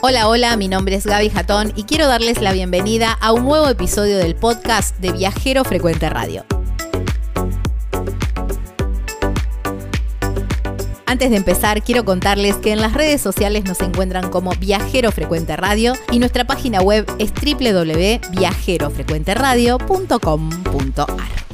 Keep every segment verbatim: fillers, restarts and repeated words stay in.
Hola, hola, mi nombre es Gaby Jatón y quiero darles la bienvenida a un nuevo episodio del podcast de Viajero Frecuente Radio. Antes de empezar, quiero contarles que en las redes sociales nos encuentran como Viajero Frecuente Radio y nuestra página web es doble u doble u doble u punto viajero frecuente radio punto com punto a r.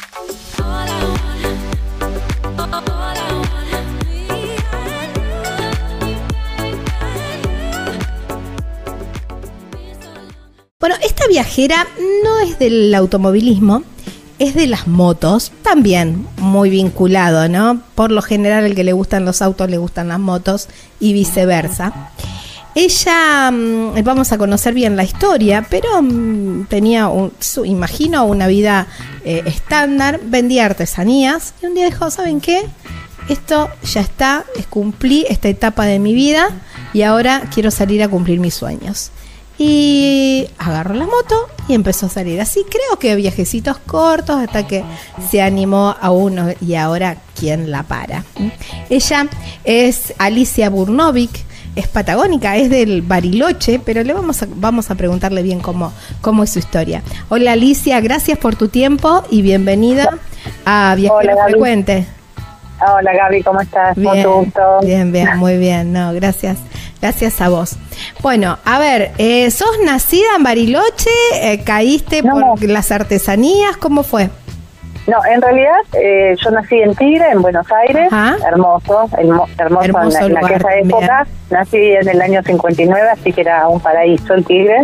Bueno, esta viajera no es del automovilismo, es de las motos, también muy vinculado, ¿no? Por lo general, el que le gustan los autos le gustan las motos y viceversa. Ella, vamos a conocer bien la historia, pero tenía, un, su, imagino, una vida eh, estándar, vendía artesanías y un día dijo, ¿saben qué? Esto ya está, es cumplí esta etapa de mi vida y ahora quiero salir a cumplir mis sueños. Y agarró la moto y empezó a salir así, creo que viajecitos cortos hasta que se animó a uno y ahora ¿quién la para? Ella es Alicia Burnovic, es patagónica, es del Bariloche, pero le vamos a, vamos a preguntarle bien cómo, cómo es su historia. Hola Alicia, gracias por tu tiempo y bienvenida a Viajero Frecuente. Hola Gaby, ¿cómo estás? Bien, mucho gusto. Bien, bien, muy bien, no, gracias. Gracias a vos. Bueno, a ver, eh, ¿sos nacida en Bariloche? Eh, ¿Caíste no. por las artesanías? ¿Cómo fue? No, en realidad eh, yo nací en Tigre, en Buenos Aires. Ajá. Hermoso, hermo, hermoso, hermoso en, en aquella época. Bien. Nací en el año cincuenta y nueve, así que era un paraíso el Tigre.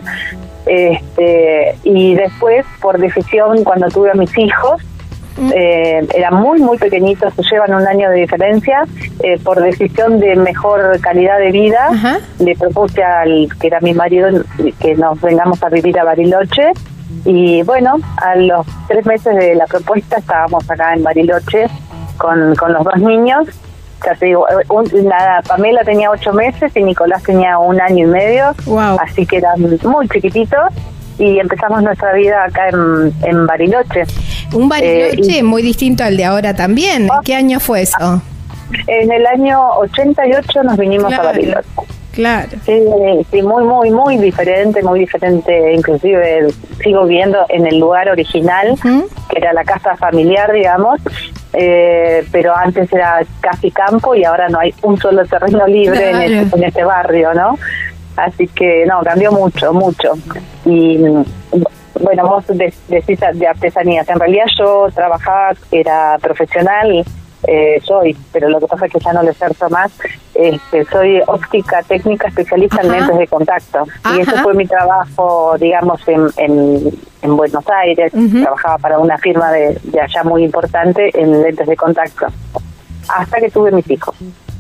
Este, y después, por decisión, cuando tuve a mis hijos, Eh, eran muy muy pequeñitos, se llevan un año de diferencia, eh, por decisión de mejor calidad de vida. Ajá. Le propuse al que era mi marido que nos vengamos a vivir a Bariloche y bueno, a los tres meses de la propuesta estábamos acá en Bariloche con, con los dos niños. Ya te digo, un, la Pamela tenía ocho meses y Nicolás tenía un año y medio. Wow. Así que eran muy chiquititos y empezamos nuestra vida acá en, en Bariloche. Un Bariloche eh, muy distinto al de ahora también. ¿En qué año fue eso? En el año ochenta y ocho nos vinimos claro, a Bariloche. Claro. Sí, sí, muy, muy, muy diferente, muy diferente. Inclusive sigo viviendo en el lugar original, uh-huh. que era la casa familiar, digamos. Eh, pero antes era casi campo y ahora no hay un solo terreno libre claro. en, este, en este barrio, ¿no? Así que, no, cambió mucho, mucho. Y bueno, vos decís de artesanías. En realidad yo trabajaba, era profesional, eh, soy, pero lo que pasa es que ya no lo ejerzo más. Este, soy óptica técnica especialista Ajá. en lentes de contacto. Ajá. Y ese fue mi trabajo, digamos, en, en, en Buenos Aires. Uh-huh. Trabajaba para una firma de, de allá muy importante en lentes de contacto. Hasta que tuve mis hijos.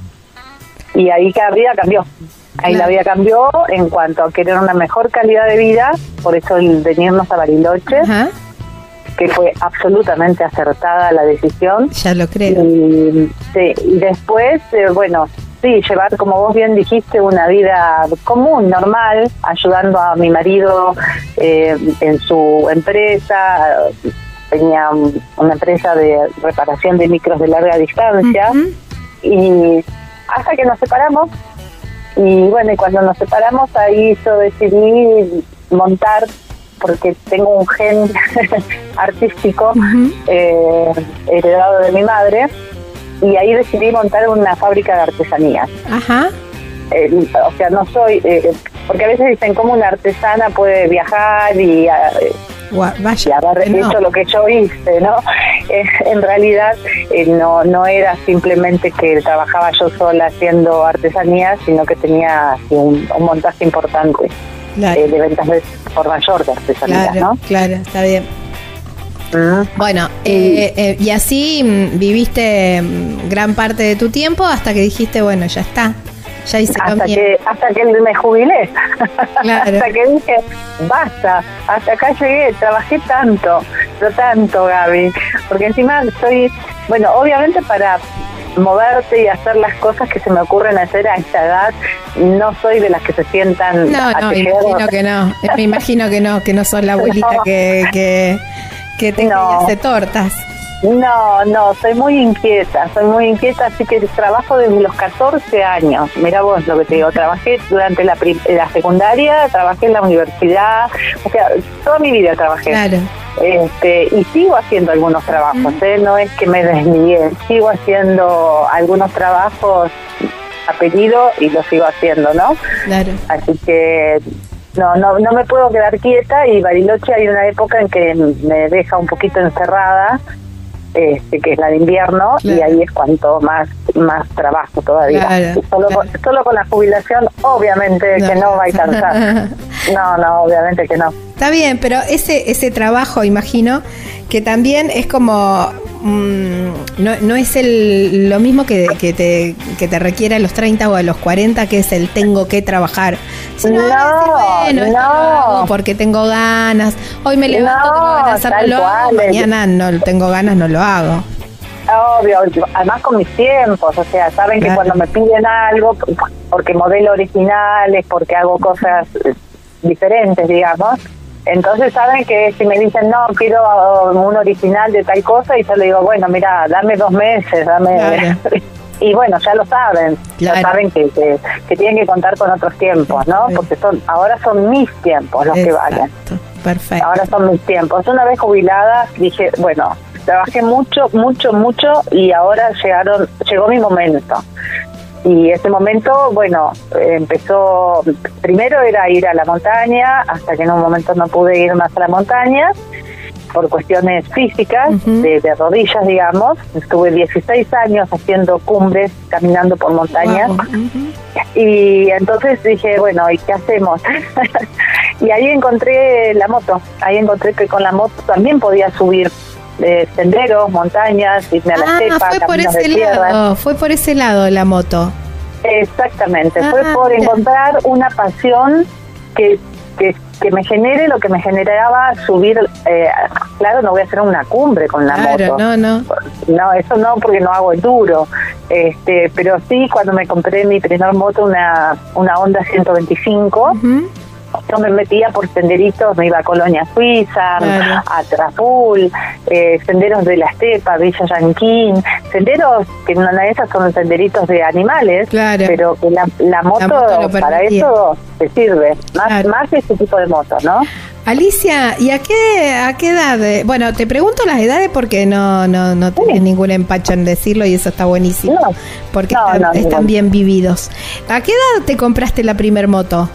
Y ahí la vida cambió. Ahí claro. la vida cambió en cuanto a querer una mejor calidad de vida, por eso el venirnos a Bariloche, uh-huh. que fue absolutamente acertada la decisión. Ya lo creo. Y, sí, y después, eh, bueno, sí, llevar, como vos bien dijiste, una vida común, normal, ayudando a mi marido eh, en su empresa. Tenía una empresa de reparación de micros de larga distancia. Uh-huh. Y hasta que nos separamos. Y bueno, y cuando nos separamos ahí yo decidí montar, porque tengo un gen artístico uh-huh. eh, heredado de mi madre, y ahí decidí montar una fábrica de artesanías. Ajá. Eh, o sea, no soy, eh, porque a veces dicen cómo una artesana puede viajar y... Eh, Vaya, y haber no. hecho lo que yo hice, ¿no? Eh, en realidad eh, no no era simplemente que trabajaba yo sola haciendo artesanías, sino que tenía un, un montaje importante claro. eh, de ventas de, por mayor de artesanías, claro, ¿no? Claro, está bien. Uh-huh. Bueno, eh, eh, y así viviste gran parte de tu tiempo hasta que dijiste, bueno, ya está. Ya hice hasta que hasta que me jubilé. Claro. Hasta que dije, basta, hasta acá llegué, trabajé tanto, pero tanto, Gaby, porque encima soy, bueno, obviamente para moverte y hacer las cosas que se me ocurren hacer a esta edad, no soy de las que se sientan no, no, me imagino que no, me imagino que no, que no sos la abuelita no. que, que, que te no. hace tortas. No, no, soy muy inquieta, soy muy inquieta, así que trabajo desde los catorce años. Mirá vos lo que te digo, trabajé durante la, prim- la secundaria, trabajé en la universidad, o sea, toda mi vida trabajé. Claro. Este, y sigo haciendo algunos trabajos, mm. ¿eh? No es que me desligué, sigo haciendo algunos trabajos a pedido y lo sigo haciendo, ¿no? Claro. Así que no, no, no me puedo quedar quieta, y Bariloche hay una época en que me deja un poquito encerrada, este, que es la de invierno, claro. Y ahí es cuanto más más trabajo todavía. Claro, solo, claro. Con, solo con la jubilación, obviamente no. que no va a alcanzar. No, no, obviamente que no. Está bien, pero ese ese trabajo, imagino, que también es como... Mmm, no, no es el lo mismo que, que, te, que te requiere a los treinta o a los cuarenta, que es el tengo que trabajar. Sino, no, bueno, no. Esto lo hago porque tengo ganas. Hoy me levanto, no, tengo ganas de hacerlo, lo hago. Mañana no tengo ganas, no lo hago. Obvio, además con mis tiempos, o sea, saben claro. que cuando me piden algo, porque modelo originales, porque hago cosas diferentes, digamos, entonces saben que si me dicen, no, quiero un original de tal cosa, y yo le digo, bueno, mira, dame dos meses, dame... Claro. Y bueno, ya lo saben, claro. ya saben que, que, que tienen que contar con otros tiempos, ¿no? Porque son ahora son mis tiempos los Exacto. que valen. Perfecto. Ahora son mis tiempos. Una vez jubilada, dije, bueno, trabajé mucho, mucho, mucho, y ahora llegaron llegó mi momento. Y ese momento, bueno, empezó, primero era ir a la montaña, hasta que en un momento no pude ir más a la montaña, por cuestiones físicas, uh-huh. de, de rodillas, digamos. Estuve dieciséis años haciendo cumbres, caminando por montañas. Wow. Uh-huh. Y entonces dije, bueno, ¿y qué hacemos? Y ahí encontré la moto. Ahí encontré que con la moto también podía subir eh, senderos, montañas, irme a la ah, estepa, fue por ese de tierra. lado, fue por ese lado la moto. Exactamente, ah, fue por mira. encontrar una pasión que, que que me genere lo que me generaba subir. Eh, claro, no voy a hacer una cumbre con la claro, moto. no, no. No, eso no, porque no hago enduro. Este, pero sí, cuando me compré mi primer moto, una una Honda ciento veinticinco, uh-huh. yo me metía por senderitos, me iba a Colonia Suiza, claro. a Traful, eh, senderos de la estepa, Villa Yanquín, senderos que en una de esas son senderitos de animales, claro. pero que la, la moto, la moto para eso te sirve, más, claro. más ese tipo de motos, ¿no? Alicia, ¿y a qué a qué edad? Bueno, te pregunto las edades porque no no no tenés sí. ningún empacho en decirlo, y eso está buenísimo, no. porque no, están, no, están no. bien vividos. ¿A qué edad te compraste la primer moto?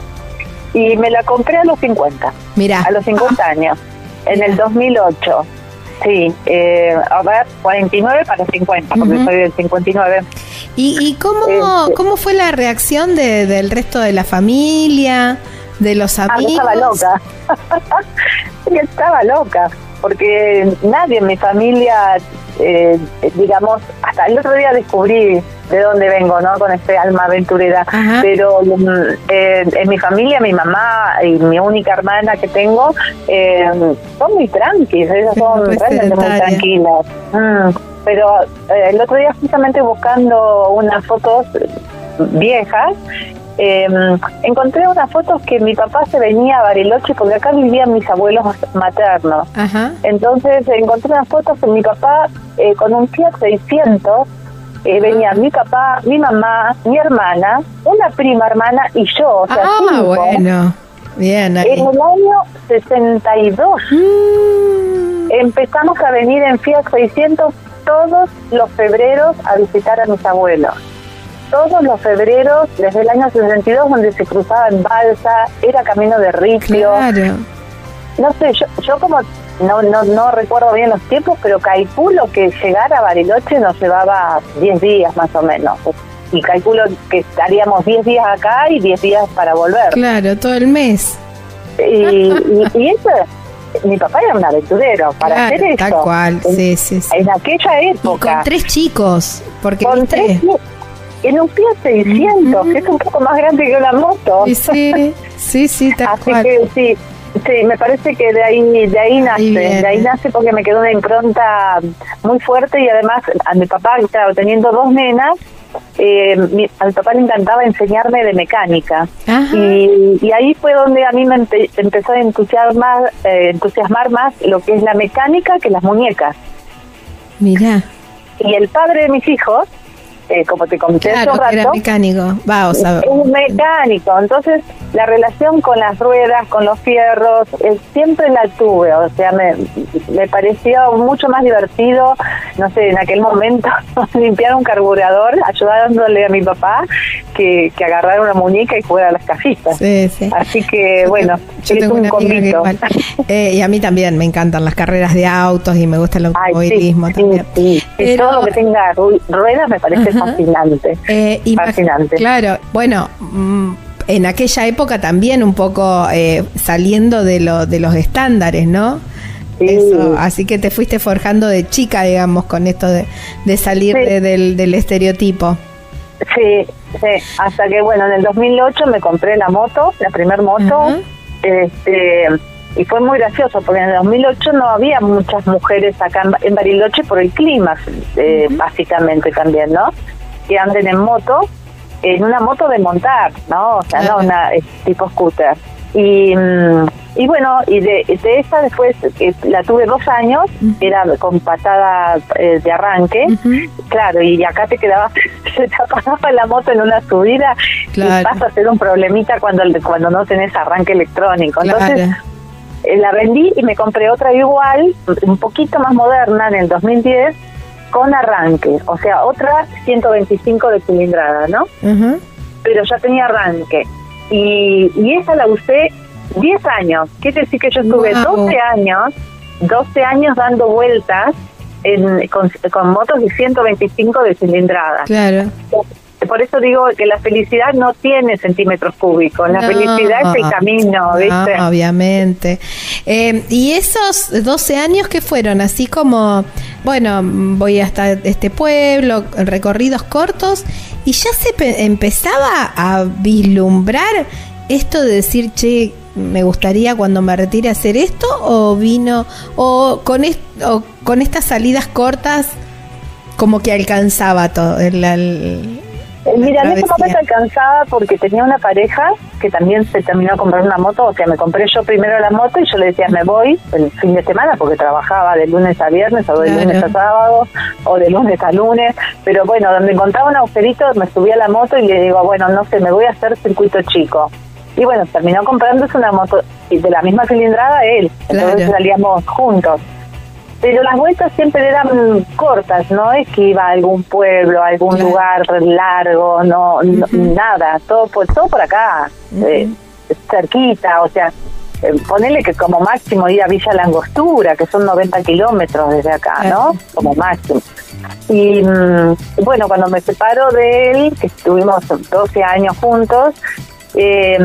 Y me la compré a los cincuenta. Mirá. A los cincuenta ah. años. En Mirá. el dos mil ocho. Sí. Eh, a ver, cuarenta y nueve para cincuenta, uh-huh. porque soy del cincuenta y nueve. ¿Y, y cómo, este. cómo fue la reacción de, del resto de la familia, de los amigos? Ah, yo estaba loca. Yo estaba loca. Porque nadie en mi familia, eh, digamos, hasta el otro día descubrí de dónde vengo, ¿no? Con este alma aventurera. Ajá. Pero eh, en mi familia, mi mamá y mi única hermana que tengo, eh, son muy tranquilas, ellas son pues realmente muy tranquilas. Mm, pero eh, el otro día, justamente buscando unas fotos viejas, Eh, encontré unas fotos que mi papá se venía a Bariloche, porque acá vivían mis abuelos maternos. Ajá. Entonces encontré unas fotos de mi papá eh, con un Fiat seiscientos. Eh, venía mi papá, mi mamá, mi hermana, una prima hermana y yo. O sea, ah, cinco. Bueno, bien. Ahí. En el año sesenta y dos mm. empezamos a venir en Fiat seiscientos todos los febreros a visitar a mis abuelos. Todos los febreros, desde el año sesenta y dos, donde se cruzaba en balsa, era camino de ripio. Claro. No sé, yo yo como no no no recuerdo bien los tiempos, pero calculo que llegar a Bariloche nos llevaba diez días más o menos. Y calculo que estaríamos diez días acá y diez días para volver. Claro, todo el mes. Y, y, y eso, mi papá era un aventurero para claro, hacer eso. Tal cual, en, sí, sí, sí. En aquella época. Y con tres chicos, porque con ¿viste? tres en un Fiat seiscientos, mm-hmm. que es un poco más grande que una moto. Sí, sí, sí, sí, tal Así cual. que sí, sí, me parece que de ahí de ahí nace, ahí de ahí nace porque me quedó una impronta muy fuerte, y además a mi papá, claro, teniendo dos nenas, eh, mi, a mi papá le encantaba enseñarme de mecánica. Y, y ahí fue donde a mí me empe, empezó a entusiasmar, eh, entusiasmar más lo que es la mecánica que las muñecas. Mirá. Y el padre de mis hijos, eh, como te comenté hace Claro, un rato, era mecánico. Va, o sea, es un mecánico. Entonces, la relación con las ruedas, con los fierros, eh, siempre la tuve. O sea, me, me pareció mucho más divertido, no sé, en aquel momento, limpiar un carburador, ayudándole a mi papá, que, que agarrar una muñeca y jugar a las casitas. sí, sí. Así que, Yo bueno, Yo es tengo un una amiga que combito. igual. Eh, y a mí también me encantan las carreras de autos y me gusta el Ay, sí, automovilismo sí, también. sí. Pero- Todo lo que tenga ru- ruedas me parece Ajá. fascinante. Eh, imag- Fascinante. Claro, bueno, mm, en aquella época también un poco eh, saliendo de, lo, de los estándares, ¿no? Sí. Eso, así que te fuiste forjando de chica, digamos, con esto de, de salir Sí. de- del, del estereotipo. Sí, sí, hasta que bueno, en el dos mil ocho me compré la moto, la primer moto, Ajá. este, y fue muy gracioso porque en el dos mil ocho no había muchas mujeres acá en, Ba- en Bariloche por el clima, eh, básicamente también, ¿no? Que anden en moto, en una moto de montar, ¿no? O sea, Claro. no una eh, tipo scooter. Y, mm, y bueno, y de, de esa después eh, la tuve dos años, Ujú. era con patada eh, de arranque. Ujú. Claro, y acá te quedaba, se te apagaba la moto en una subida Claro. y pasa a ser un problemita cuando cuando no tenés arranque electrónico. Entonces, Claro. eh, la vendí y me compré otra igual, un poquito más moderna, en el dos mil diez, con arranque. O sea, otra ciento veinticinco de cilindrada, ¿no? Ujú. Pero ya tenía arranque. Y, y esa la usé diez años. Quiere decir que yo estuve Wow. doce años, doce años dando vueltas en, con, con motos de ciento veinticinco de cilindrada. Claro. Por eso digo que la felicidad no tiene centímetros cúbicos, la No. felicidad es el camino, ¿viste? No, obviamente. Eh, ¿Y esos doce años qué fueron? Así como, bueno, voy hasta este pueblo, recorridos cortos, y ya se pe- empezaba a vislumbrar esto de decir, che, me gustaría cuando me retire hacer esto, o vino, o con, est- o con estas salidas cortas, como que alcanzaba todo. El, el- Eh, Mira, en ese travesía. momento alcanzaba porque tenía una pareja que también se terminó de comprar una moto, o sea, me compré yo primero la moto y yo le decía, me voy el fin de semana porque trabajaba de lunes a viernes o de Claro. lunes a sábado o de lunes a lunes, pero bueno, donde encontraba un agujerito me subía a la moto y le digo, bueno, no sé, me voy a hacer circuito chico. Y bueno, terminó comprándose una moto y de la misma cilindrada él, entonces Claro. salíamos juntos. Pero las vueltas siempre eran cortas, no es que iba a algún pueblo, a algún Claro. lugar largo, no, no- Ujú. nada, todo por, todo por acá, Ujú. eh, cerquita, o sea, eh, ponele que como máximo ir a Villa Langostura, que son noventa kilómetros desde acá, Claro. ¿no? Como máximo. Y mm, bueno, cuando me separo de él, que estuvimos doce años juntos, eh,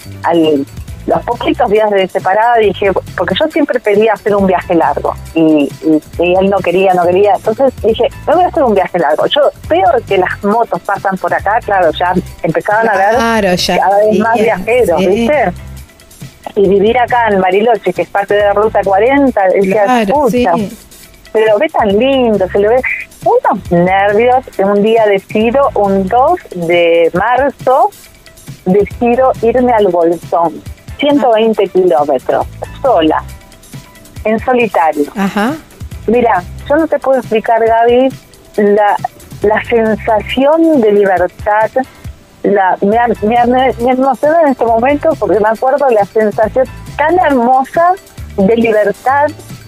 al los poquitos días de separada dije, porque yo siempre pedía hacer un viaje largo y, y, y él no quería, no quería, entonces dije, me voy a hacer un viaje largo. Yo veo que las motos pasan por acá, claro, ya empezaban a Claro, ver ya cada vez más había, viajeros, sí. ¿viste? Y vivir acá en Bariloche, que es parte de la Ruta cuarenta, decía, Claro, pucha, sí. se lo ve tan lindo, se lo ve unos nervios. Un día decido, un dos de marzo, decido irme al Bolsón, ciento veinte kilómetros, sola, en solitario. Ajá. Mira, yo no te puedo explicar, Gaby, la, la sensación de libertad, la, me, me, me, me emociona en este momento porque me acuerdo de la sensación tan hermosa de libertad,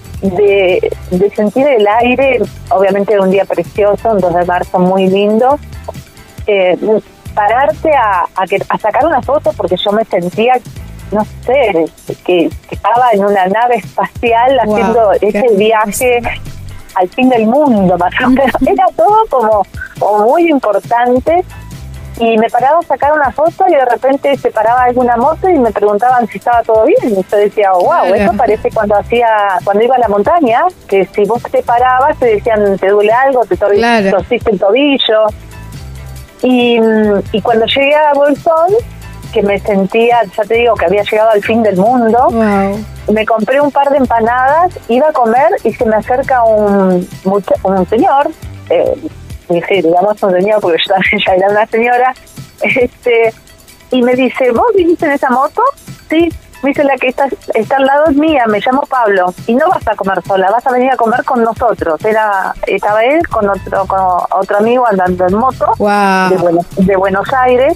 de, de sentir el aire, obviamente era un día precioso, un dos de marzo muy lindo, eh, pararte a, a, que, a sacar una foto porque yo me sentía, no sé, que, que estaba en una nave espacial Wow, haciendo qué ese viaje al fin del mundo, más o menos. Era todo como, como muy importante. Y me paraba a sacar una foto y de repente se paraba alguna moto y me preguntaban si estaba todo bien. Y yo decía, oh, wow, Claro. eso parece cuando hacía, cuando iba a la montaña, que si vos te parabas te decían, te duele algo, te torciste Claro. el tobillo. Y, y cuando llegué a Bolsón, que me sentía, ya te digo, que había llegado al fin del mundo, Wow. me compré un par de empanadas, iba a comer y se me acerca un, mucha- un señor, eh, dije, digamos un señor porque yo también ya era una señora, este, y me dice, ¿vos viniste en esa moto? Sí, Me dice, la que está, está al lado es mía, me llamo Pablo, y no vas a comer sola, vas a venir a comer con nosotros. Era Estaba él con otro, con otro amigo andando en moto, wow. de, Buenos, de Buenos Aires.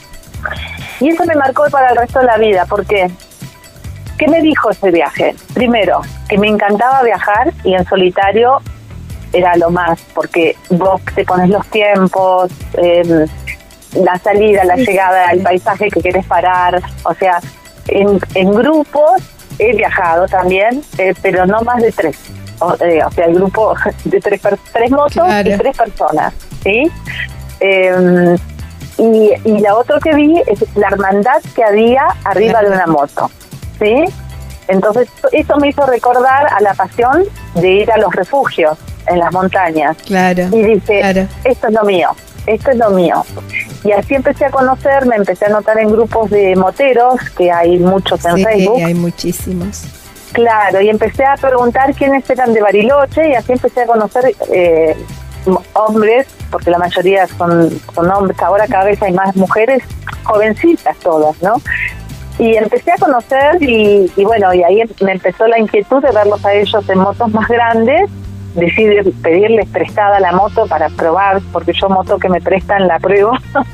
Y eso me marcó para el resto de la vida. ¿Por qué? ¿Qué me dijo ese viaje? Primero, que me encantaba viajar y en solitario era lo más, porque vos te pones los tiempos, eh, la salida, la llegada, el paisaje que querés parar. O sea, en, en grupos he viajado también, eh, pero no más de tres. O, eh, o sea, el grupo de tres, tres motos, claro, y tres personas, ¿sí? Eh, y, y la otra que vi es la hermandad que había arriba, claro, de una moto, ¿sí? Entonces, eso me hizo recordar a la pasión de ir a los refugios en las montañas. Claro. Y dije, claro, esto es lo mío, esto es lo mío. Y así empecé a conocer, me empecé a notar en grupos de moteros, que hay muchos en, sí, Facebook. Sí, hay muchísimos. Claro, y empecé a preguntar quiénes eran de Bariloche, y así empecé a conocer eh, hombres, porque la mayoría son, son hombres. Ahora cada vez hay más mujeres, jovencitas todas, ¿no? Y empecé a conocer y, y bueno, y ahí me empezó la inquietud de verlos a ellos en motos más grandes. Decidí pedirles prestada la moto para probar, porque yo moto que me prestan la pruebo.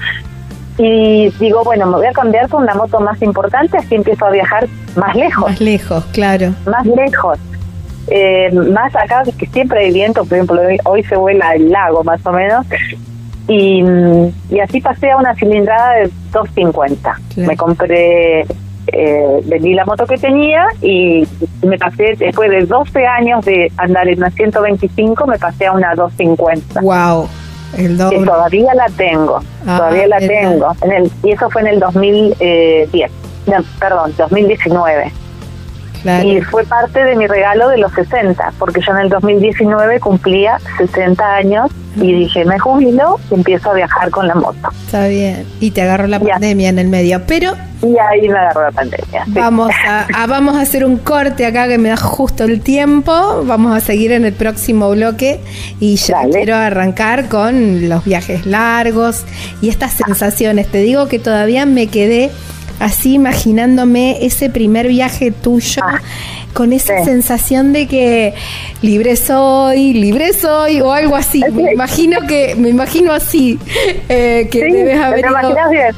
Y digo, bueno, me voy a cambiar por una moto más importante, así empiezo a viajar más lejos. Más lejos, claro. Más lejos. Eh, más acá, que siempre hay viento, por ejemplo, hoy, hoy se vuela el lago más o menos. Y, y así pasé a una cilindrada de doscientos cincuenta. Claro. Me compré, eh, vendí la moto que tenía y me pasé, después de doce años de andar en una ciento veinticinco, me pasé a una doscientos cincuenta. Wow, el doble. Que todavía la tengo, ah, todavía la tengo. En el, y eso fue en el dos mil diez, no, perdón, dos mil diecinueve. Claro. Y fue parte de mi regalo de los sesenta, porque yo en el dos mil diecinueve cumplía sesenta años y dije, me jubilo y empiezo a viajar con la moto. Está bien. Y te agarró la pandemia, ya, en el medio, pero... Y ahí me agarró la pandemia. Sí. Vamos a, a, vamos a hacer un corte acá que me da justo el tiempo. Vamos a seguir en el próximo bloque y ya Dale. Quiero arrancar con los viajes largos y estas sensaciones. Te digo que todavía me quedé así imaginándome ese primer viaje tuyo, ah, con esa sí. sensación de que libre soy, libre soy, o algo así. Sí. Me imagino que, me imagino así, eh, que sí, debes haber te ido. Imaginas bien.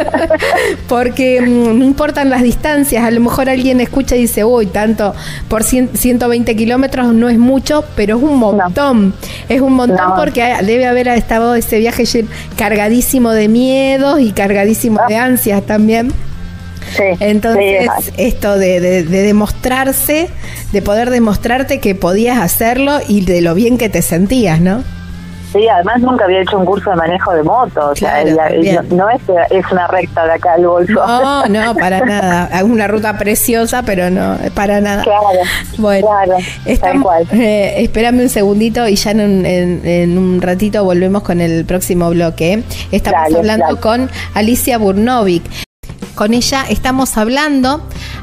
Porque mm, no importan las distancias. A lo mejor alguien escucha y dice, uy, tanto por cien, ciento veinte kilómetros no es mucho, pero es un montón. No. Es un montón, no, porque debe haber estado ese viaje cargadísimo de miedos y cargadísimo no. de ansias también. Sí, entonces sí, esto de, de, de demostrarse, de poder demostrarte que podías hacerlo y de lo bien que te sentías, ¿no? Sí, además nunca había hecho un curso de manejo de moto, claro, o sea, y, y no, no es, es una recta de acá al Golfo. No, no, para nada. Es una ruta preciosa, pero no, para nada. Claro, bueno, claro, estamos, tal cual. Eh, espérame un segundito y ya en un, en, en un ratito volvemos con el próximo bloque. Estamos dale, hablando dale. con Alicia Burnovic. Con ella estamos hablando,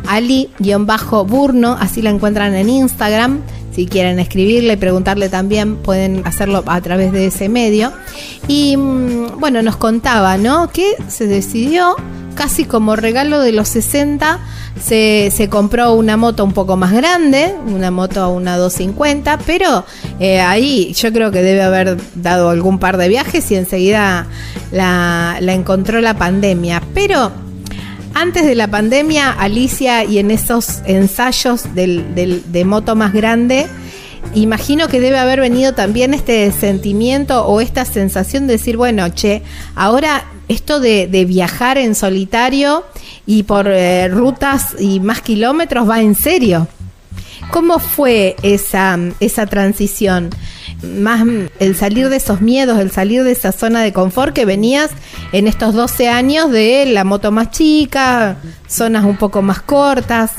Ali-Burno, así la encuentran en Instagram. Si quieren escribirle y preguntarle también, pueden hacerlo a través de ese medio. Y bueno, nos contaba, ¿no?, que se decidió, casi como regalo de los sesenta, se, se compró una moto un poco más grande, una moto, una doscientos cincuenta, pero eh, ahí yo creo que debe haber dado algún par de viajes y enseguida la, la encontró la pandemia. Pero antes de la pandemia, Alicia, y en esos ensayos del, del, de moto más grande, imagino que debe haber venido también este sentimiento o esta sensación de decir, bueno, che, ahora esto de, de viajar en solitario y por eh, rutas y más kilómetros va en serio. ¿Cómo fue esa, esa transición? Más el salir de esos miedos, el salir de esa zona de confort que venías en estos doce años de la moto más chica, zonas un poco más cortas.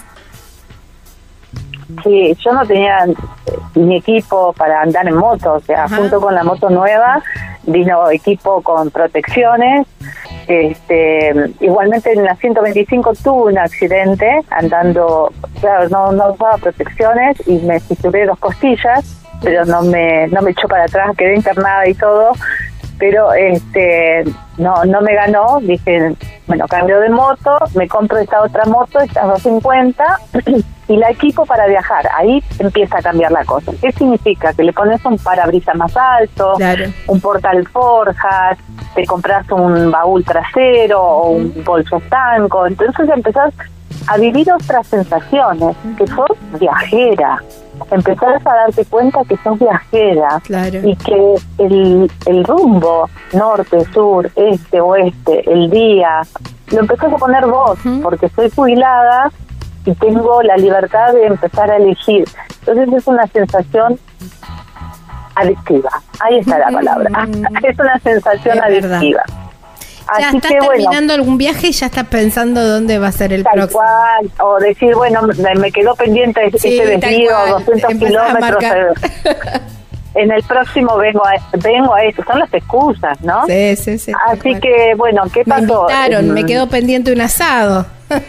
Sí, yo no tenía ni equipo para andar en moto, o sea, ajá, junto con la moto nueva vino equipo con protecciones. Este, igualmente en la ciento veinticinco tuve un accidente andando, claro, no, no usaba protecciones y me fisuré dos costillas, pero no me no me echó para atrás, quedé internada y todo, pero este no no me ganó. Dije, bueno, cambio de moto, me compro esta otra moto, esta doscientos cincuenta, y la equipo para viajar. Ahí empieza a cambiar la cosa. ¿Qué significa? Que le pones un parabrisas más alto, claro, un portal forjas, te compras un baúl trasero o un bolso estanco. Entonces empezás a vivir otras sensaciones, que sos viajera. Empezás a darte cuenta que sos viajera, claro, y que el, el rumbo, norte, sur, este, oeste, el día, lo empezás a poner vos, uh-huh, porque soy jubilada y tengo la libertad de empezar a elegir. Entonces es una sensación adictiva. Ahí está la palabra. Es una sensación es adictiva. Verdad. Ya Así estás que, terminando bueno, algún viaje y ya estás pensando dónde va a ser el tal próximo. Cual, o decir, bueno, me, me quedó pendiente sí, este desvío, doscientos kilómetros. En el próximo vengo a, vengo a eso. Son las excusas, ¿no? Sí, sí, sí. Así que, bueno, ¿qué pasó? Me invitaron, mm. me quedó pendiente un asado.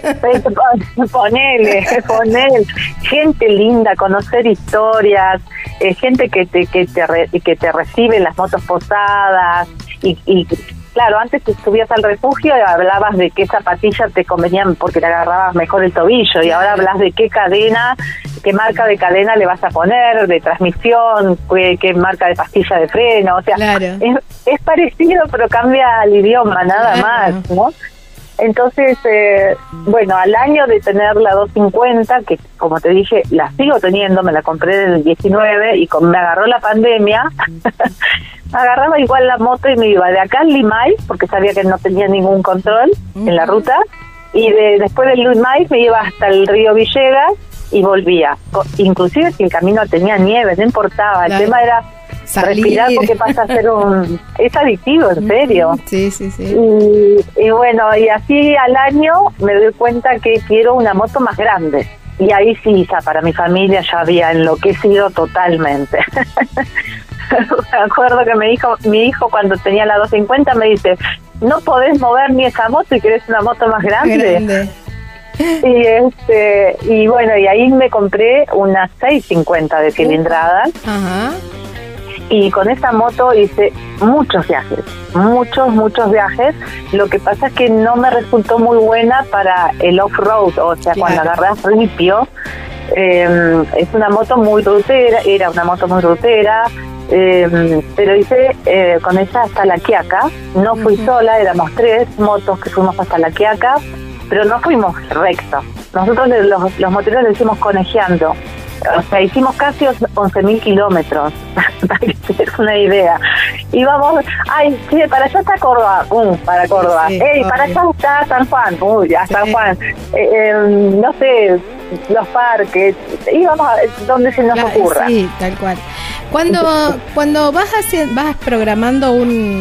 Ponele, ponele. Gente linda, conocer historias, eh, gente que te, que, te re, que te recibe en las motos posadas y... y claro, antes te subías al refugio y hablabas de qué zapatillas te convenían porque te agarrabas mejor el tobillo, y ahora hablas de qué cadena, qué marca de cadena le vas a poner, de transmisión, qué, qué marca de pastilla de freno, o sea, claro, es, es parecido pero cambia el idioma, nada claro. más, ¿no? Entonces, eh, bueno, al año de tener la doscientos cincuenta, que como te dije, la sigo teniendo, me la compré en el diecinueve y con, me agarró la pandemia, agarraba igual la moto y me iba de acá al Limay, porque sabía que no tenía ningún control uh-huh. en la ruta, y de, después del Limay me iba hasta el río Villegas y volvía. Inclusive si el camino tenía nieve, no importaba, claro. el tema era salir. Respirar, porque pasa a ser un... es adictivo, en serio. Sí, sí, sí. Y, y bueno, y así al año me doy cuenta que quiero una moto más grande. Y ahí sí, ya para mi familia ya había enloquecido totalmente. Me acuerdo que me dijo, mi hijo cuando tenía la doscientos cincuenta me dice, no podés mover ni esa moto y querés una moto más grande. grande. Y este y bueno, y ahí me compré una seiscientos cincuenta de cilindrada. Ajá. Y con esa moto hice muchos viajes, muchos, muchos viajes. Lo que pasa es que no me resultó muy buena para el off-road, o sea, claro. cuando agarrás ripio. Eh, es una moto muy rutera, era una moto muy rutera, eh, pero hice eh, con ella hasta La Quiaca. No fui uh-huh. sola, éramos tres motos que fuimos hasta La Quiaca, pero no fuimos recto. Nosotros los, los moteros le hicimos conejeando. O sea, hicimos casi once mil kilómetros, para que te des una idea. Íbamos, ay, sí, para allá está Córdoba, uh, para Córdoba. Sí, ey, para allá está San Juan, uy, uh, a San sí. Juan. Eh, eh, no sé, los parques, íbamos a donde se nos claro, ocurra. Sí, tal cual. Cuando cuando vas haciendo, vas programando un,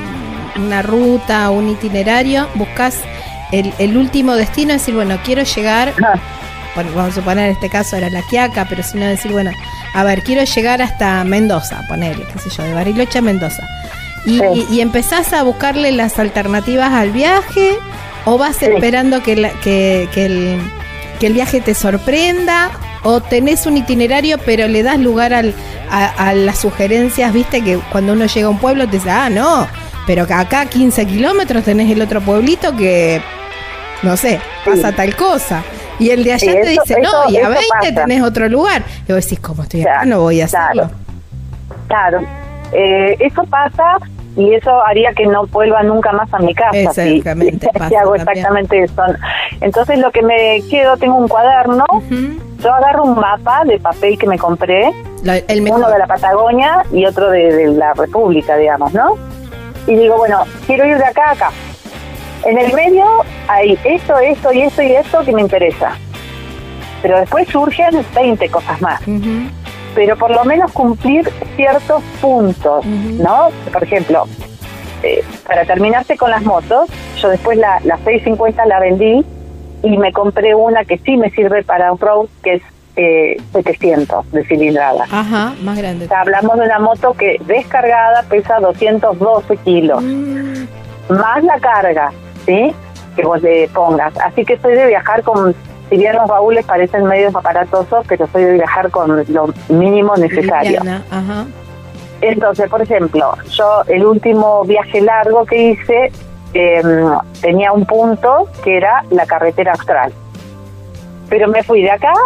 una ruta, un itinerario, buscas el, el último destino, es decir, bueno, quiero llegar... Ah. Bueno, vamos a suponer en este caso era La Quiaca, pero si no decir, bueno, a ver, quiero llegar hasta Mendoza, ponerle, qué sé yo, de Bariloche a Mendoza. Y, sí. y, y empezás a buscarle las alternativas al viaje, o vas sí. esperando que, la, que, que, el, que el viaje te sorprenda, o tenés un itinerario pero le das lugar al, a, a las sugerencias, viste, que cuando uno llega a un pueblo te dice, ah, no, pero que acá a quince kilómetros tenés el otro pueblito que, no sé, pasa sí. tal cosa. Y el de allá sí, te eso, dice, no, eso, y a veinte pasa. Tenés otro lugar. Y vos decís, ¿cómo estoy acá? Claro, no voy a hacerlo. Claro, claro. Eh, eso pasa y eso haría que no vuelva nunca más a mi casa. Exactamente. Si, si hago exactamente eso. Entonces lo que me quedo, tengo un cuaderno, uh-huh. yo agarro un mapa de papel que me compré, la, el uno de la Patagonia y otro de, de la República, digamos, ¿no? Y digo, bueno, quiero ir de acá a acá. En el medio hay esto, esto y esto y esto que me interesa. Pero después surgen veinte cosas más. Uh-huh. Pero por lo menos cumplir ciertos puntos, uh-huh. ¿no? Por ejemplo, eh, para terminarse con las motos, yo después la, la seiscientos cincuenta la vendí y me compré una que sí me sirve para off-road, que es eh, setecientos de cilindrada. Ajá, más grande. O sea, hablamos de una moto que descargada pesa doscientos doce kilos. Mm. Más la carga, ¿sí? Que vos le pongas. Así que soy de viajar con, si bien los baúles parecen medios aparatosos, pero soy de viajar con lo mínimo necesario. Liviana, ajá. Entonces, por ejemplo, yo el último viaje largo que hice eh, tenía un punto que era la carretera austral. Pero me fui de acá,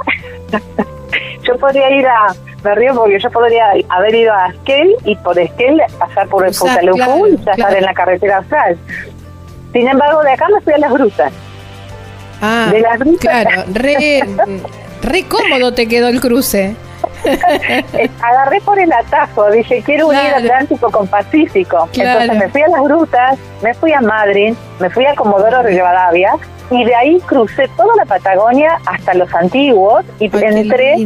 yo podría ir a, me río porque yo podría haber ido a Esquel y por Esquel pasar por el Futaleufú claro, y ya claro. estar en la carretera austral. Sin embargo, de acá me fui a las grutas. Ah, de las grutas. Claro, re, re cómodo te quedó el cruce. Agarré por el atajo, dije, quiero unir claro. Atlántico con Pacífico. Claro. Entonces me fui a las grutas, me fui a Madrid, me fui a Comodoro Rivadavia y de ahí crucé toda la Patagonia hasta los antiguos y Ay, entré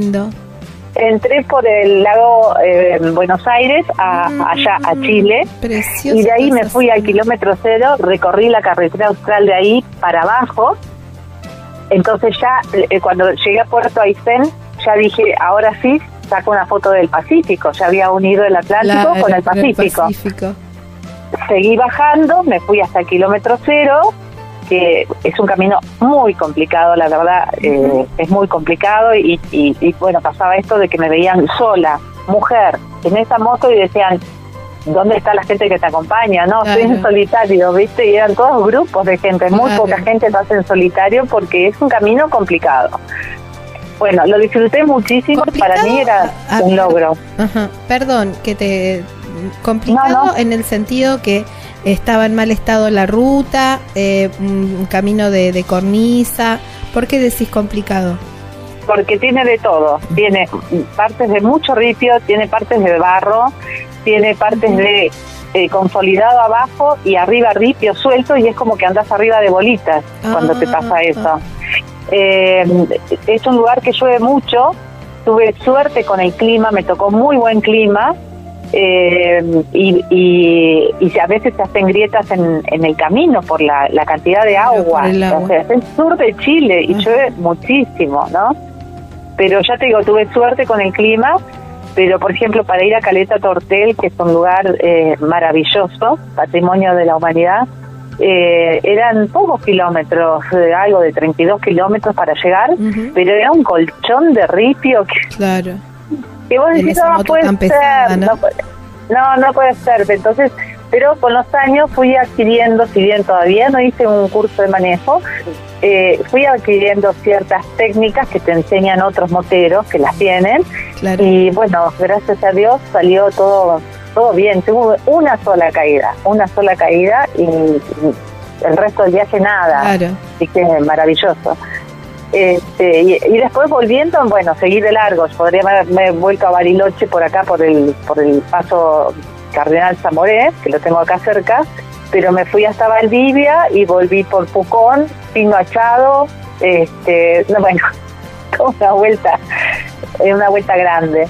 entré por el lago eh, Buenos Aires a, mm, allá a Chile. Precioso. Y de ahí me fui al kilómetro cero, recorrí la carretera austral de ahí para abajo. Entonces ya eh, cuando llegué a Puerto Aysén ya dije, ahora sí saco una foto del Pacífico, ya había unido el Atlántico la, con el Pacífico. el Pacífico. Seguí bajando, me fui hasta el kilómetro cero, que es un camino muy complicado, la verdad, eh, es muy complicado y, y, y bueno, pasaba esto de que me veían sola, mujer, en esa moto y decían, ¿dónde está la gente que te acompaña? No, claro. Estoy en solitario, ¿viste? Y eran todos grupos de gente, claro. Muy poca gente pasa en solitario porque es un camino complicado. Bueno, lo disfruté muchísimo, ¿complicado? Para mí era ah, un logro. Ajá. Perdón, que te... Complicado no, no. En el sentido que estaba en mal estado la ruta, eh, un camino de, de cornisa. ¿Por qué decís complicado? Porque tiene de todo. Tiene partes de mucho ripio, tiene partes de barro, tiene partes de eh, consolidado abajo y arriba ripio suelto y es como que andas arriba de bolitas ah, cuando te pasa eso. Ah. Eh, es un lugar que llueve mucho, tuve suerte con el clima, me tocó muy buen clima. Eh, y, y, y a veces se hacen grietas en, en el camino por la, la cantidad de agua. agua. O sea, es el sur de Chile y llueve muchísimo, ¿no? Pero ya te digo, tuve suerte con el clima, pero por ejemplo para ir a Caleta Tortel, que es un lugar eh, maravilloso, patrimonio de la humanidad, eh, eran pocos kilómetros, eh, algo de treinta y dos kilómetros para llegar, uh-huh. Pero era un colchón de ripio que... Claro. Que vos decís, no puede ser, pesada, ¿no? No, no puede ser. Entonces, pero con los años fui adquiriendo, si bien todavía no hice un curso de manejo, eh, fui adquiriendo ciertas técnicas que te enseñan otros moteros que las tienen. Claro. Y bueno, gracias a Dios salió todo todo bien. Tuve una sola caída, una sola caída y, y el resto del viaje nada. Claro. Así que maravilloso. Este, y, y después volviendo, bueno, seguí de largo. Podría haberme vuelto a Bariloche por acá, por el por el paso Cardenal Zamoré, que lo tengo acá cerca, pero me fui hasta Valdivia y volví por Pucón, Pino Achado, este, no, bueno, una vuelta, una vuelta grande.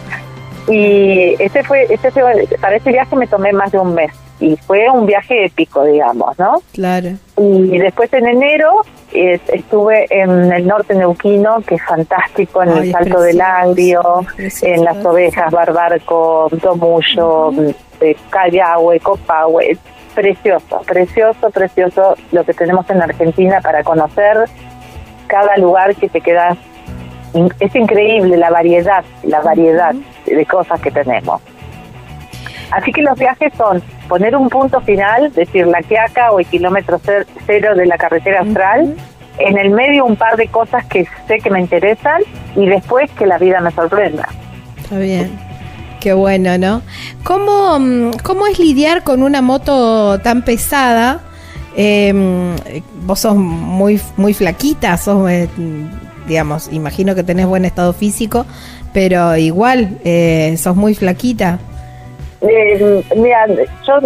Y este fue, este fue, para este viaje me tomé más de un mes y fue un viaje épico, digamos, ¿no? Claro. Y después en enero eh, estuve en el norte neuquino, que es fantástico, en Ay, el Salto del Agrio, en las Ovejas, Barbarco, Tomullo, uh-huh. eh, Callahue, Copahue. Precioso, precioso, precioso lo que tenemos en Argentina para conocer. Cada lugar que te quedas, es increíble la variedad, la variedad uh-huh. de cosas que tenemos. Así que los viajes son poner un punto final, decir la Quiaca o el kilómetro cero de la carretera austral, uh-huh. En el medio un par de cosas que sé que me interesan y después que la vida me sorprenda. Está bien, qué bueno, ¿no? ¿Cómo, cómo es lidiar con una moto tan pesada? Eh, vos sos muy, muy flaquita, sos, eh, digamos, imagino que tenés buen estado físico, pero igual eh, sos muy flaquita. Eh, mira, yo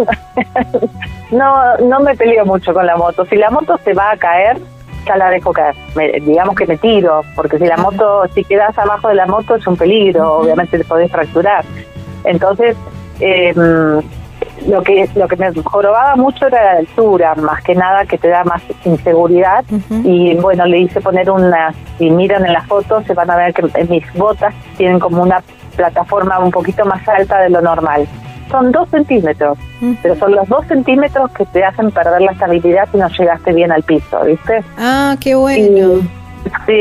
no no me peleo mucho con la moto. Si la moto se va a caer, ya la dejo caer. Me, digamos que me tiro, porque si la moto, si quedas abajo de la moto es un peligro, uh-huh. Obviamente te podés fracturar. Entonces, eh, lo que lo que me jorobaba mucho era la altura, más que nada, que te da más inseguridad. Uh-huh. Y bueno, le hice poner una, si miran en las fotos, se van a ver que mis botas tienen como una plataforma un poquito más alta de lo normal. Son dos centímetros, uh-huh. Pero son los dos centímetros que te hacen perder la estabilidad si no llegaste bien al piso, ¿viste? Ah, qué bueno. Y, sí,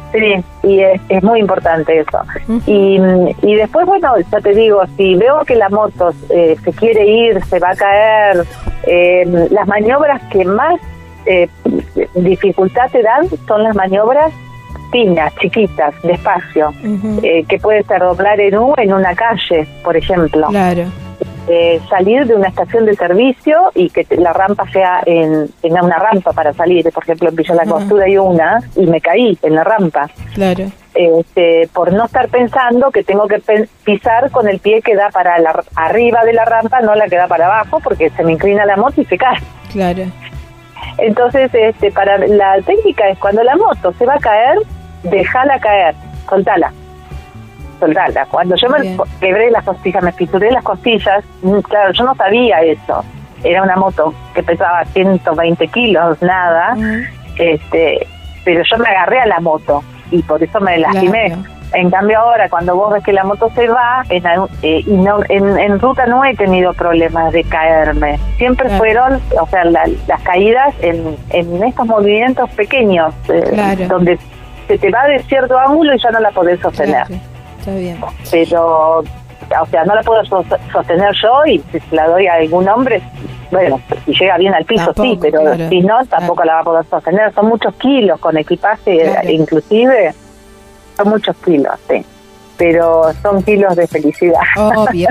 Sí, y es, es muy importante eso. Uh-huh. y, y después, bueno, ya te digo, si veo que la moto eh, se quiere ir, se va a caer, eh, las maniobras que más eh, dificultad te dan son las maniobras finas, chiquitas, despacio, uh-huh. eh, que puede ser doblar en U en una calle, por ejemplo. Claro. Eh, salir de una estación de servicio y que la rampa sea en tenga una rampa para salir. Por ejemplo, en Villa La Costura hay una y me caí en la rampa. Claro. Este, por no estar pensando que tengo que pe- pisar con el pie que da para la, arriba de la rampa, no la que da para abajo, porque se me inclina la moto y se cae. Claro. Entonces, este, para la técnica es cuando la moto se va a caer, déjala caer, soltala. soltarla. Cuando yo me Bien. quebré las costillas, me fisuré las costillas, claro, yo no sabía eso. Era una moto que pesaba ciento veinte kilos, nada, uh-huh. este, pero yo me agarré a la moto y por eso me lastimé. Claro. En cambio ahora, cuando vos ves que la moto se va, en, eh, y no, en, en ruta no he tenido problemas de caerme. Siempre claro. fueron, o sea, la, las caídas en, en estos movimientos pequeños, eh, claro. donde se te va de cierto ángulo y ya no la podés sostener. Claro. Está bien. Pero, o sea, no la puedo sostener yo y si la doy a algún hombre, bueno, si llega bien al piso, tampoco, sí, pero claro, si no, tampoco claro. la va a poder sostener. Son muchos kilos con equipaje, claro. inclusive, son muchos kilos, sí. Pero son kilos de felicidad. Obvio.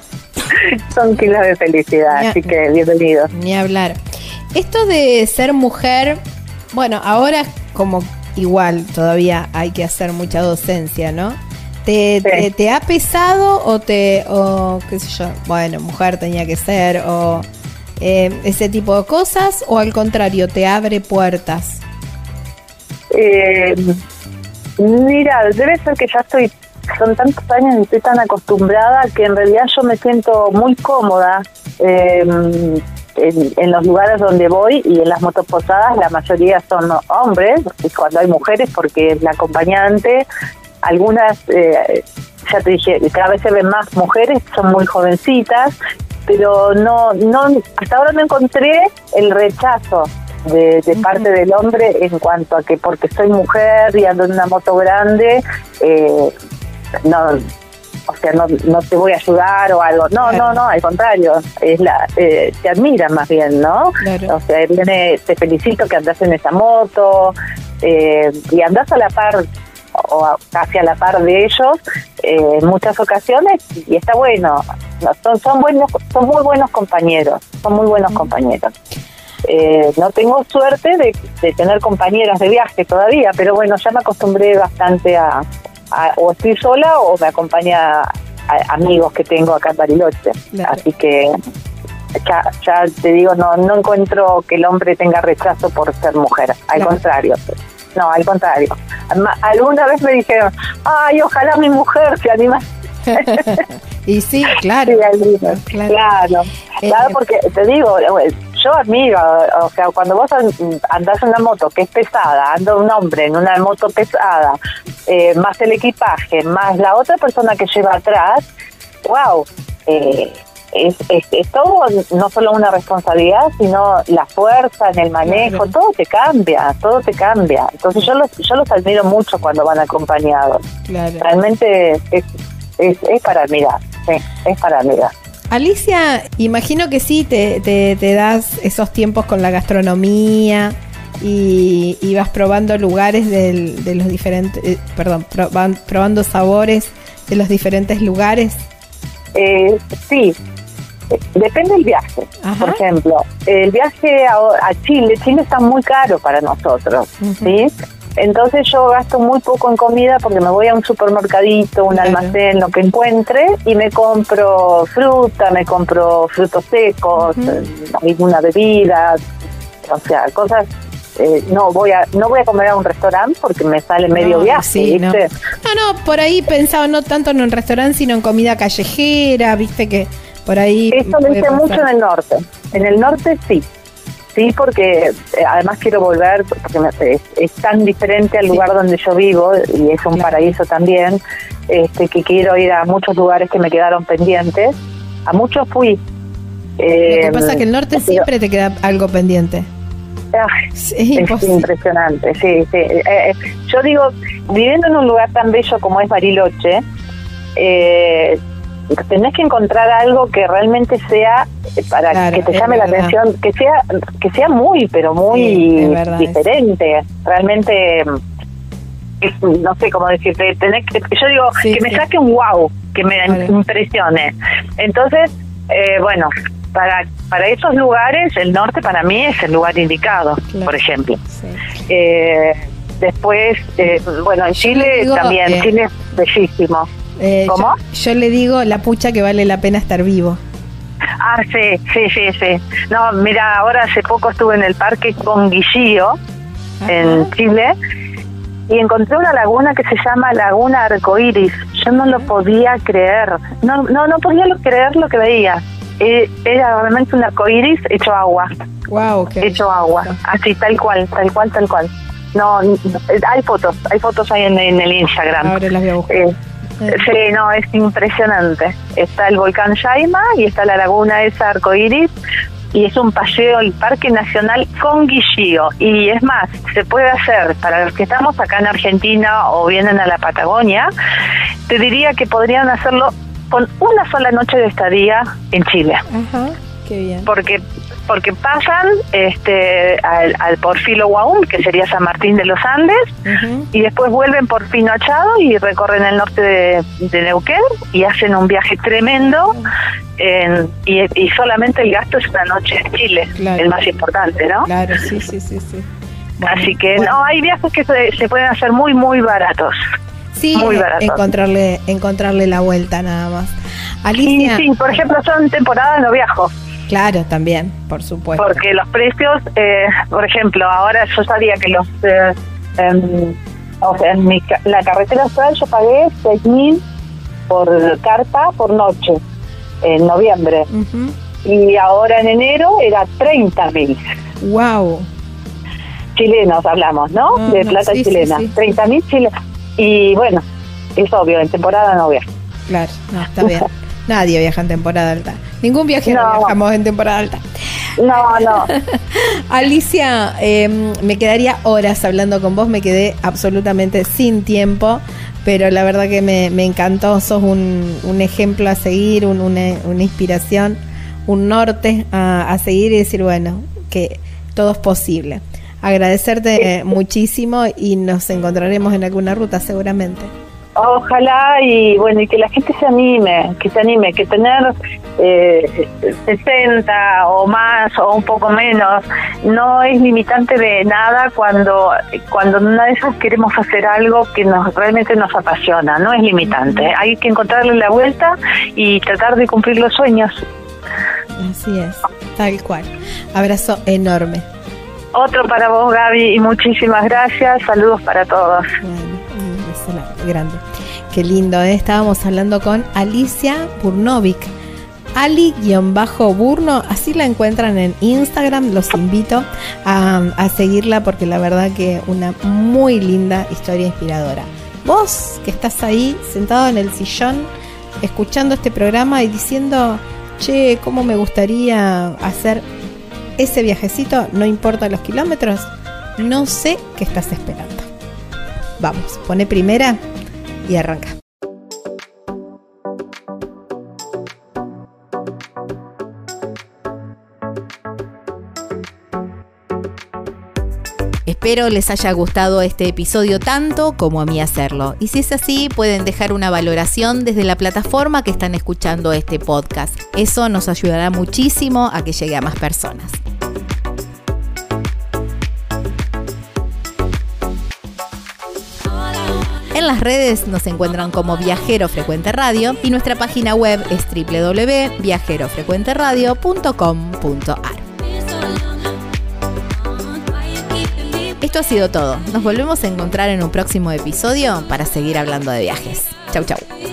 Son kilos de felicidad, ni así que bienvenidos. Ni hablar. Esto de ser mujer, bueno, ahora como igual todavía hay que hacer mucha docencia, ¿no? ¿Te, sí. te, ¿Te ha pesado o te, o qué sé yo, bueno, mujer tenía que ser, o eh, ese tipo de cosas, o al contrario, te abre puertas? Eh, mira, debe ser que ya estoy, son tantos años y estoy tan acostumbrada que en realidad yo me siento muy cómoda eh, en, en los lugares donde voy, y en las motos posadas la mayoría son hombres, y cuando hay mujeres porque es la acompañante. Algunas, eh, ya te dije, cada vez se ven más mujeres, son muy jovencitas, pero no, no, hasta ahora no encontré el rechazo de, de parte del hombre en cuanto a que porque soy mujer y ando en una moto grande, eh, no, o sea, no, no te voy a ayudar o algo. No, claro. no, no, al contrario, es la, eh, te admiran más bien, ¿no? Claro. O sea, viene, te felicito que andás en esa moto, eh, y andás a la par, o casi a la par de ellos eh, en muchas ocasiones, y está bueno. Son, son buenos, son muy buenos compañeros, son muy buenos compañeros. Eh, no tengo suerte de, de tener compañeras de viaje todavía, pero bueno, ya me acostumbré bastante a, a o estoy sola o me acompaña a, a amigos que tengo acá en Bariloche. Claro. Así que ya, ya te digo, no, no encuentro que el hombre tenga rechazo por ser mujer, al claro. contrario. No, al contrario. Alguna vez me dijeron, ay, ojalá mi mujer se anima. Y sí, claro. Sí, claro, claro, eh, claro, porque te digo, yo admiro, o sea, cuando vos andás en una moto que es pesada, anda un hombre en una moto pesada, eh, más el equipaje, más la otra persona que lleva atrás, wow, eh, Es, es, es todo, no solo una responsabilidad, sino la fuerza en el manejo, claro. todo te cambia, todo te cambia. Entonces yo los, yo los admiro mucho cuando van acompañados. Claro. Realmente es, es, es para admirar, sí, es para admirar. Alicia, imagino que sí, te, te, te das esos tiempos con la gastronomía y, y vas probando lugares del, de los diferentes, eh, perdón, pro, van probando sabores de los diferentes lugares. Eh, sí. Depende del viaje. Ajá. Por ejemplo, el viaje a, a Chile, Chile está muy caro para nosotros, uh-huh. ¿sí? Entonces yo gasto muy poco en comida porque me voy a un supermercadito, un claro. almacén, lo que encuentre, y me compro fruta, me compro frutos secos, uh-huh. alguna bebida, o sea, cosas. Eh, no voy a no voy a comer a un restaurante porque me sale medio no, viaje, sí, ¿viste? No. no, no, por ahí pensaba no tanto en un restaurante, sino en comida callejera, ¿viste? Que por ahí... Eso lo hice mucho en el norte. En el norte sí. Sí, porque eh, además quiero volver, porque me, es, es tan diferente al sí. lugar donde yo vivo, y es un claro. paraíso también, este que quiero ir a muchos lugares que me quedaron pendientes. A muchos fui. Eh, lo que pasa es que el norte pero, siempre te queda algo pendiente. Ay, es, es impresionante, sí, sí. Eh, yo digo, viviendo en un lugar tan bello como es Bariloche, eh, tenés que encontrar algo que realmente sea para claro, que te llame la verdad. atención, que sea que sea muy, pero muy sí, diferente. Eso. Realmente, no sé cómo decirte, tenés que, yo digo, sí, que me sí. saque un wow, que me vale. impresione. Entonces, eh, bueno, para para esos lugares, el norte para mí es el lugar indicado, claro. por ejemplo. Sí. Eh, después, eh, bueno, en Chile digo, también, eh, Chile es bellísimo. Eh, ¿Cómo? Yo, yo le digo la pucha que vale la pena estar vivo. Ah, sí, sí, sí, sí. No, mira, ahora hace poco estuve en el parque Conguillío, ajá. en Chile, y encontré una laguna que se llama Laguna Arcoíris. Yo no lo podía creer, no no no podía creer lo que veía. Eh, era realmente un arcoíris hecho agua. Wow, qué hecho agua, así, tal cual, tal cual, tal cual. No, no hay fotos, hay fotos ahí en, en el Instagram. Ahora las voy a buscar. Eh, Sí, no, es impresionante. Está el volcán Yaima y está la laguna esa arcoíris y es un paseo el Parque Nacional Conguillío. Y es más, se puede hacer para los que estamos acá en Argentina o vienen a la Patagonia, te diría que podrían hacerlo con una sola noche de estadía en Chile. Ajá, qué bien. Porque porque pasan este al, al por Filo Huaún, que sería San Martín de los Andes, uh-huh. y después vuelven por Pinochado y recorren el norte de, de Neuquén y hacen un viaje tremendo, en, y, y solamente el gasto es una noche en Chile, claro. el más importante, ¿no? Claro, sí, sí, sí, sí. Bueno, Así que bueno. no, hay viajes que se, se pueden hacer muy, muy baratos. Sí, muy baratos. encontrarle encontrarle la vuelta nada más. Alicia, sí, sí, por ejemplo, son temporadas no viajo. Claro, también, por supuesto. Porque los precios, eh, por ejemplo, ahora yo sabía que los, eh, eh, o sea, en mi, la carretera austral yo pagué seis mil por carta por noche, en noviembre. Uh-huh. Y ahora en enero era treinta mil. Wow. Chilenos hablamos, ¿no? no de plata no, sí, chilena. Sí, sí. treinta mil chilenos. Y bueno, es obvio, en temporada no viajo. Claro, no, está bien. Nadie viaja en temporada alta. Ningún viajero no. viajamos en temporada alta. No, no. Alicia, eh, me quedaría horas hablando con vos. Me quedé absolutamente sin tiempo, pero la verdad que me, me encantó. Sos un, un ejemplo a seguir, un, una, una inspiración, un norte a, a seguir y decir, bueno, que todo es posible. Agradecerte sí. muchísimo y nos encontraremos en alguna ruta seguramente. Ojalá y bueno, y que la gente se anime, que se anime, que tener eh, sesenta o más o un poco menos no es limitante de nada cuando cuando una de esas queremos hacer algo que nos realmente nos apasiona, no es limitante. Hay que encontrarle la vuelta y tratar de cumplir los sueños. Así es, tal cual. Abrazo enorme. Otro para vos, Gaby, y muchísimas gracias. Saludos para todos. Bueno. Grande, qué lindo, ¿eh? Estábamos hablando con Alicia Burnovic, Ali-Burno, así la encuentran en Instagram. Los invito a, a seguirla porque la verdad que una muy linda historia inspiradora. Vos que estás ahí sentado en el sillón escuchando este programa y diciendo, che, cómo me gustaría hacer ese viajecito, no importa los kilómetros, no sé qué estás esperando. Vamos, pone primera y arranca. Espero les haya gustado este episodio tanto como a mí hacerlo. Y si es así, pueden dejar una valoración desde la plataforma que están escuchando este podcast. Eso nos ayudará muchísimo a que llegue a más personas. En las redes nos encuentran como Viajero Frecuente Radio y nuestra página web es doble u doble u doble u punto viajero frecuente radio punto com punto a r. Esto ha sido todo. Nos volvemos a encontrar en un próximo episodio para seguir hablando de viajes. Chau, chau.